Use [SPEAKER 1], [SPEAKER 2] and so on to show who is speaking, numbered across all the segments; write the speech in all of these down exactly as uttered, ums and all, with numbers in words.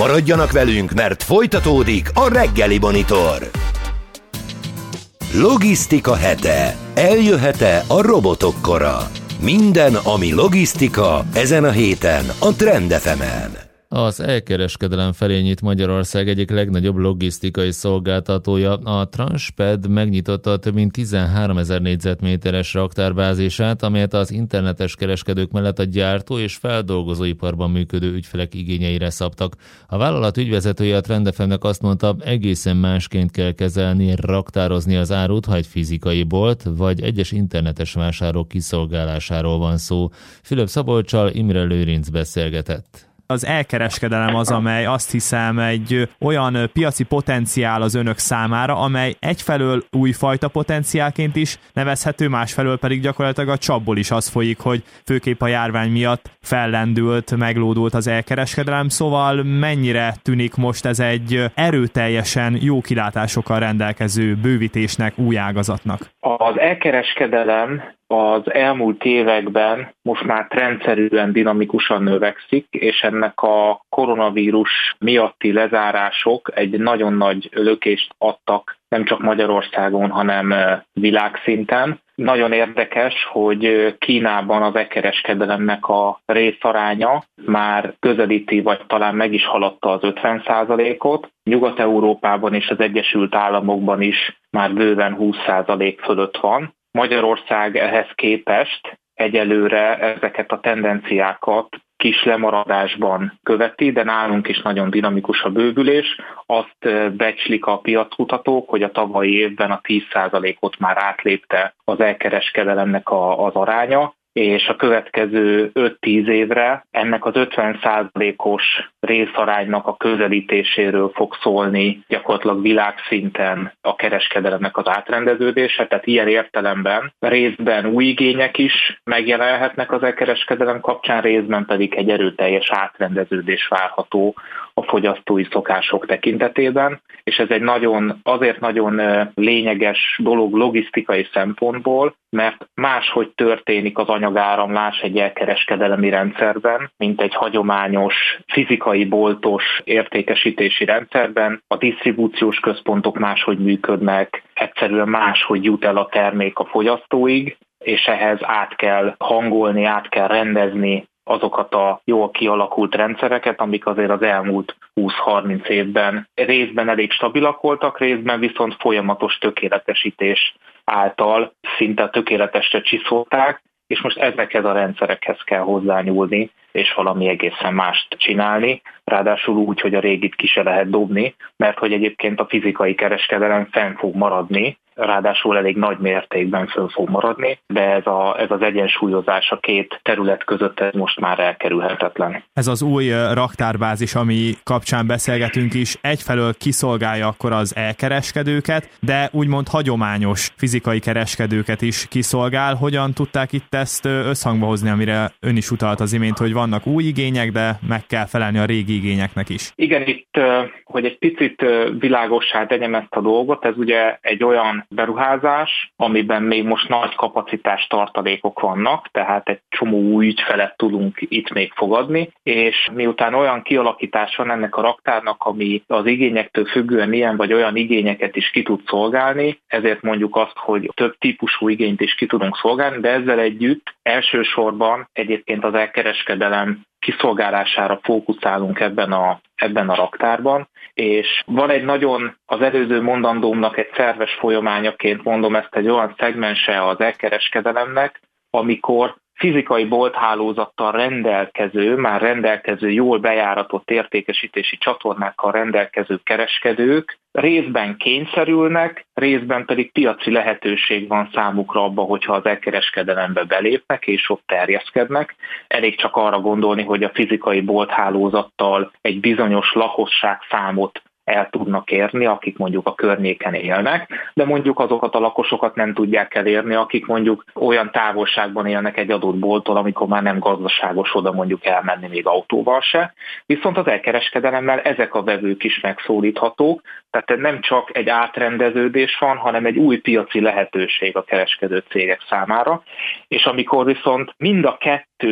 [SPEAKER 1] Maradjanak velünk, mert folytatódik a reggeli monitor. Logisztika hete. Eljöhet-e a robotok kora? Minden, ami logisztika, ezen a héten a Trend ef emen.
[SPEAKER 2] Az elkereskedelem felé nyit Magyarország egyik legnagyobb logisztikai szolgáltatója. A Transped megnyitotta több mint tizenháromezer négyzetméteres raktárbázisát, amelyet az internetes kereskedők mellett a gyártó és feldolgozóiparban működő ügyfelek igényeire szabtak. A vállalat ügyvezetője a Trend ef emnek azt mondta, egészen másként kell kezelni, raktározni az árut, ha egy fizikai bolt vagy egyes internetes vásárlók kiszolgálásáról van szó. Fülöp Szabolccsal Imre Lőrinc beszélgetett.
[SPEAKER 3] Az elkereskedelem az, amely azt hiszem egy olyan piaci potenciál az önök számára, amely egyfelől újfajta potenciálként is nevezhető, másfelől pedig gyakorlatilag a csapból is az folyik, hogy főképp a járvány miatt fellendült, meglódult az elkereskedelem, szóval mennyire tűnik most ez egy erőteljesen jó kilátásokkal rendelkező bővítésnek, új ágazatnak?
[SPEAKER 4] Az elkereskedelem az elmúlt években most már rendszerűen dinamikusan növekszik, és ennek a koronavírus miatti lezárások egy nagyon nagy lökést adtak nem csak Magyarországon, hanem világszinten. Nagyon érdekes, hogy Kínában az e-kereskedelemnek a részaránya már közelíti, vagy talán meg is haladta az ötven százalékot. Nyugat-Európában és az Egyesült Államokban is már bőven húsz százalék fölött van. Magyarország ehhez képest egyelőre ezeket a tendenciákat kis lemaradásban követi, de nálunk is nagyon dinamikus a bővülés. Azt becslik a piackutatók, hogy a tavalyi évben a tíz százalékot már átlépte az elkereskedelemnek a, az aránya, és a következő öt-tíz évre ennek az ötven százalékos részaránynak a közelítéséről fog szólni gyakorlatilag világszinten a kereskedelemnek az átrendeződése, tehát ilyen értelemben részben új igények is megjelenhetnek az elkereskedelem kapcsán, részben pedig egy erőteljes átrendeződés várható a fogyasztói szokások tekintetében, és ez egy nagyon, azért nagyon lényeges dolog logisztikai szempontból, mert máshogy történik az anyagáramlás egy elkereskedelemi rendszerben, mint egy hagyományos fizikai boltos értékesítési rendszerben. A disztribúciós központok máshogy működnek, egyszerűen máshogy jut el a termék a fogyasztóig, és ehhez át kell hangolni, át kell rendezni azokat a jól kialakult rendszereket, amik azért az elmúlt húsz-harminc évben részben elég stabilak voltak, részben viszont folyamatos tökéletesítés által szinte tökéletesre csiszolták, és most ezekhez a rendszerekhez kell hozzányúlni, és valami egészen mást csinálni, ráadásul úgy, hogy a régit ki se lehet dobni, mert hogy egyébként a fizikai kereskedelem fenn fog maradni, ráadásul elég nagy mértékben föl fog maradni, de ez, a, ez az egyensúlyozás a két terület között ez most már elkerülhetetlen.
[SPEAKER 3] Ez az új raktárbázis, ami kapcsán beszélgetünk is, egyfelől kiszolgálja akkor az elkereskedőket, de úgymond hagyományos fizikai kereskedőket is kiszolgál. Hogyan tudták itt ezt összhangba hozni, amire ön is utalt az imént, hogy vannak új igények, de meg kell felelni a régi igényeknek is?
[SPEAKER 4] Igen, itt, hogy egy picit világossá tegyem ezt a dolgot, ez ugye egy olyan beruházás, amiben még most nagy kapacitás tartalékok vannak, tehát egy csomó új ügyfelet tudunk itt még fogadni, és miután olyan kialakítás van ennek a raktárnak, ami az igényektől függően ilyen vagy olyan igényeket is ki tud szolgálni, ezért mondjuk azt, hogy több típusú igényt is ki tudunk szolgálni, de ezzel együtt elsősorban egyébként az elkereskedelem kiszolgálására fókuszálunk ebben a, ebben a raktárban, és van egy nagyon, az előző mondandómnak egy szerves folyamányaként mondom ezt, egy olyan szegmense az elkereskedelemnek, amikor fizikai bolthálózattal rendelkező, már rendelkező, jól bejáratott értékesítési csatornákkal rendelkező kereskedők részben kényszerülnek, részben pedig piaci lehetőség van számukra abban, hogyha az elkereskedelembe belépnek és ott terjeszkednek. Elég csak arra gondolni, hogy a fizikai bolthálózattal egy bizonyos lakosságszámot el tudnak érni, akik mondjuk a környéken élnek, de mondjuk azokat a lakosokat nem tudják elérni, akik mondjuk olyan távolságban élnek egy adott bolttól, amikor már nem gazdaságos oda mondjuk elmenni még autóval se. Viszont az elkereskedelemmel ezek a vevők is megszólíthatók, tehát nem csak egy átrendeződés van, hanem egy új piaci lehetőség a kereskedő cégek számára, és amikor viszont mind a kettőt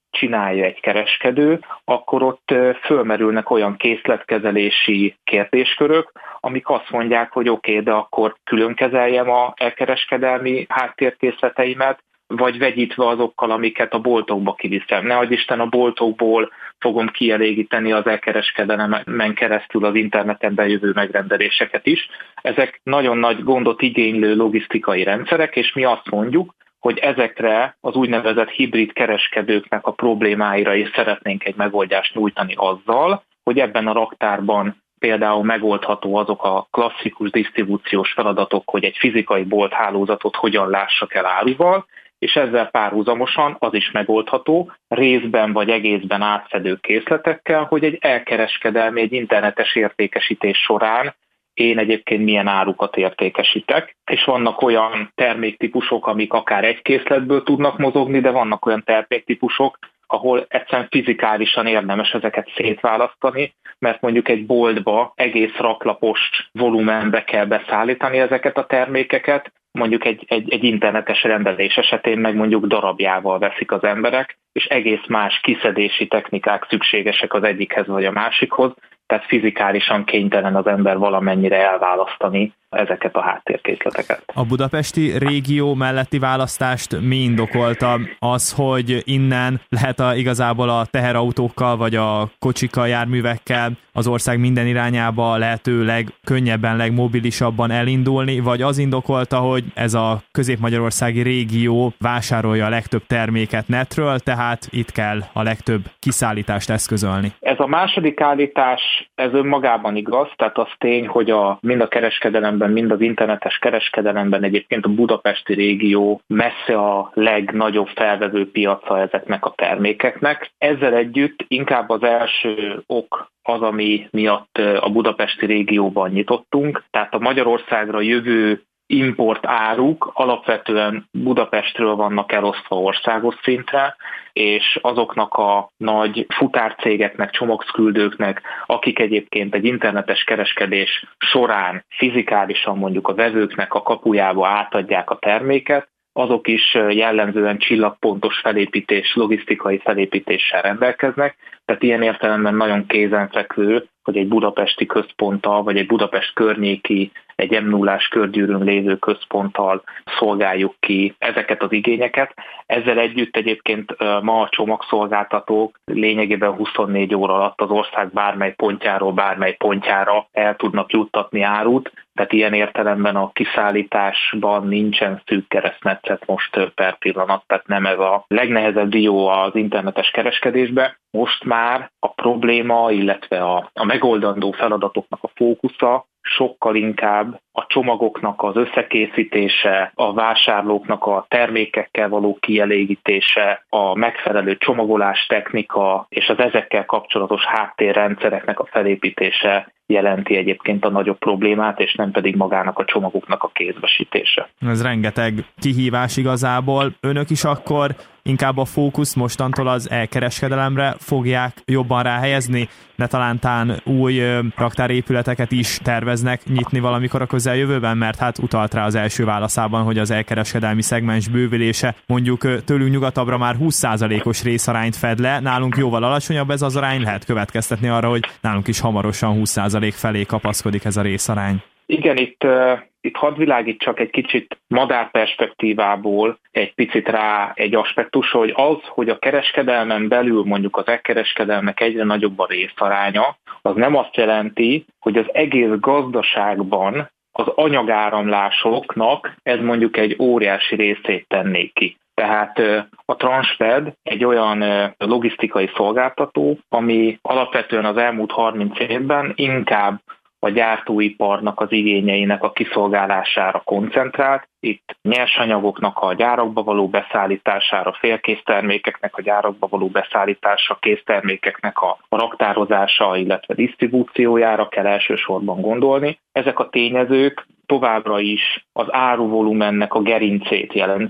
[SPEAKER 4] csinálja egy kereskedő, akkor ott fölmerülnek olyan készletkezelési kérdéskörök, amik azt mondják, hogy oké, okay, de akkor külön kezeljem a elkereskedelmi háttérkészleteimet, vagy vegyítve azokkal, amiket a boltokba kiviszem. Nehogy Isten a boltokból fogom kielégíteni az elkereskedelemen keresztül az interneten bejövő megrendeléseket is. Ezek nagyon nagy gondot igénylő logisztikai rendszerek, és mi azt mondjuk, hogy ezekre az úgynevezett hibrid kereskedőknek a problémáira is szeretnénk egy megoldást nyújtani azzal, hogy ebben a raktárban például megoldható azok a klasszikus disztribúciós feladatok, hogy egy fizikai bolthálózatot hogyan lássak el áruval, és ezzel párhuzamosan az is megoldható, részben vagy egészben átfedő készletekkel, hogy egy elkereskedelmi, egy internetes értékesítés során én egyébként milyen árukat értékesítek, és vannak olyan terméktípusok, amik akár egy készletből tudnak mozogni, de vannak olyan terméktípusok, ahol egyszerűen fizikálisan érdemes ezeket szétválasztani, mert mondjuk egy boltba egész raklapos volumenbe kell beszállítani ezeket a termékeket, mondjuk egy, egy, egy internetes rendelés esetén meg mondjuk darabjával veszik az emberek, és egész más kiszedési technikák szükségesek az egyikhez vagy a másikhoz, tehát fizikálisan kénytelen az ember valamennyire elválasztani ezeket a háttérkészleteket.
[SPEAKER 3] A budapesti régió melletti választást mi indokolta? Az, hogy innen lehet a, igazából a teherautókkal vagy a kocsikkal, járművekkel az ország minden irányába lehető legkönnyebben, legmobilisabban elindulni, vagy az indokolta, hogy ez a közép-magyarországi régió vásárolja a legtöbb terméket netről, tehát itt kell a legtöbb kiszállítást eszközölni?
[SPEAKER 4] Ez a második állítás, ez önmagában igaz, tehát az tény, hogy a, mind a kereskedelemben, mind az internetes kereskedelemben egyébként a budapesti régió messze a legnagyobb felvevő piaca ezeknek a termékeknek. Ezzel együtt inkább az első ok az, ami miatt a budapesti régióban nyitottunk, tehát a Magyarországra jövő import áruk alapvetően Budapestről vannak elosztva országos szintre, és azoknak a nagy futárcégeknek, csomagküldőknek, akik egyébként egy internetes kereskedés során fizikálisan mondjuk a vevőknek a kapujába átadják a terméket, azok is jellemzően csillagpontos felépítés, logisztikai felépítéssel rendelkeznek, tehát ilyen értelemben nagyon kézenfekvő, hogy egy budapesti központtal, vagy egy Budapest környéki, egy em nullás körgyűrűn lévő központtal szolgáljuk ki ezeket az igényeket. Ezzel együtt egyébként ma a csomagszolgáltatók lényegében huszonnégy óra alatt az ország bármely pontjáról bármely pontjára el tudnak juttatni árut, tehát ilyen értelemben a kiszállításban nincsen szűk keresztmetszet most per pillanat, tehát nem ez a legnehezebb dió az internetes kereskedésbe. Most már a probléma, illetve a, a megoldandó feladatoknak a fókusza sokkal inkább a csomagoknak az összekészítése, a vásárlóknak a termékekkel való kielégítése, a megfelelő csomagolás technika és az ezekkel kapcsolatos háttérrendszereknek a felépítése jelenti egyébként a nagyobb problémát, és nem pedig magának a csomagoknak a kézbesítése. Ez
[SPEAKER 3] rengeteg kihívás igazából. Önök is akkor inkább a fókusz mostantól az elkereskedelemre fogják jobban ráhelyezni, ne talántán új raktárépületeket is terveznek nyitni valamikor a közeljövőben, mert hát utalt rá az első válaszában, hogy az elkereskedelmi szegmens bővülése mondjuk tőlünk nyugatabbra már húsz százalékos részarányt fed le, nálunk jóval alacsonyabb ez az arány, lehet következtetni arra, hogy nálunk is hamarosan húsz százalék felé kapaszkodik ez a részarány.
[SPEAKER 4] Igen, itt, uh, itt hadd világítsak egy kicsit madár perspektívából egy picit rá egy aspektus, hogy az, hogy a kereskedelmen belül mondjuk az e-kereskedelmek egyre nagyobb a részaránya, az nem azt jelenti, hogy az egész gazdaságban az anyagáramlásoknak ez mondjuk egy óriási részét tennék ki. Tehát a Transped egy olyan logisztikai szolgáltató, ami alapvetően az elmúlt harminc évben inkább a gyártóiparnak az igényeinek a kiszolgálására koncentrált. Itt nyersanyagoknak a gyárakba való beszállítására, félkész termékeknek a gyárakba való beszállítása, késztermékeknek a raktározása, illetve disztribúciójára kell elsősorban gondolni. Ezek a tényezők továbbra is az áruvolumennek a gerincét jelentik,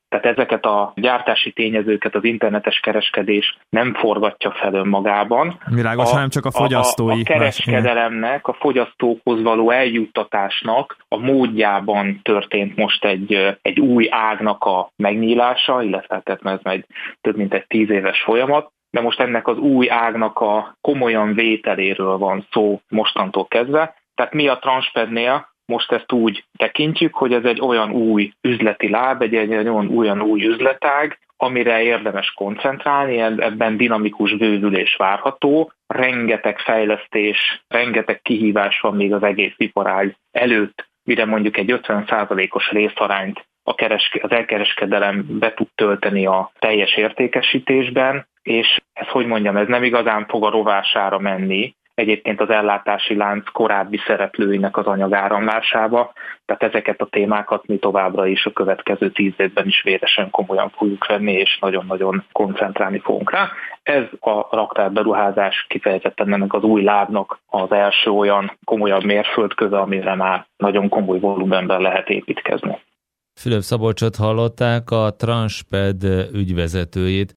[SPEAKER 4] Tehát ezeket a gyártási tényezőket az internetes kereskedés nem forgatja fel önmagában.
[SPEAKER 3] Világos, hanem csak a fogyasztói.
[SPEAKER 4] A, a kereskedelemnek, a fogyasztókhoz való eljuttatásnak a módjában történt most egy, egy új ágnak a megnyílása, illetve tehát ez egy több mint egy tíz éves folyamat, de most ennek az új ágnak a komolyan vételéről van szó mostantól kezdve. Tehát mi a Transpednél most ezt úgy tekintjük, hogy ez egy olyan új üzleti láb, egy, egy olyan, olyan új üzletág, amire érdemes koncentrálni, ebben dinamikus bővülés várható, rengeteg fejlesztés, rengeteg kihívás van még az egész iparág előtt, mire mondjuk egy ötven százalékos részarányt a kereske, az elkereskedelem be tud tölteni a teljes értékesítésben, és ez, hogy mondjam, ez nem igazán fog a rovására menni, egyébként az ellátási lánc korábbi szereplőinek az anyagáramlásába, tehát ezeket a témákat mi továbbra is a következő tíz évben is véresen komolyan fogjuk venni, és nagyon-nagyon koncentrálni fogunk rá. Ez a raktárberuházás kifejezetten ennek az új lábnak az első olyan komolyabb mérföldköve, amire már nagyon komoly volumenben lehet építkezni.
[SPEAKER 2] Fülöp Szabolcsot hallották, a Transped ügyvezetőjét.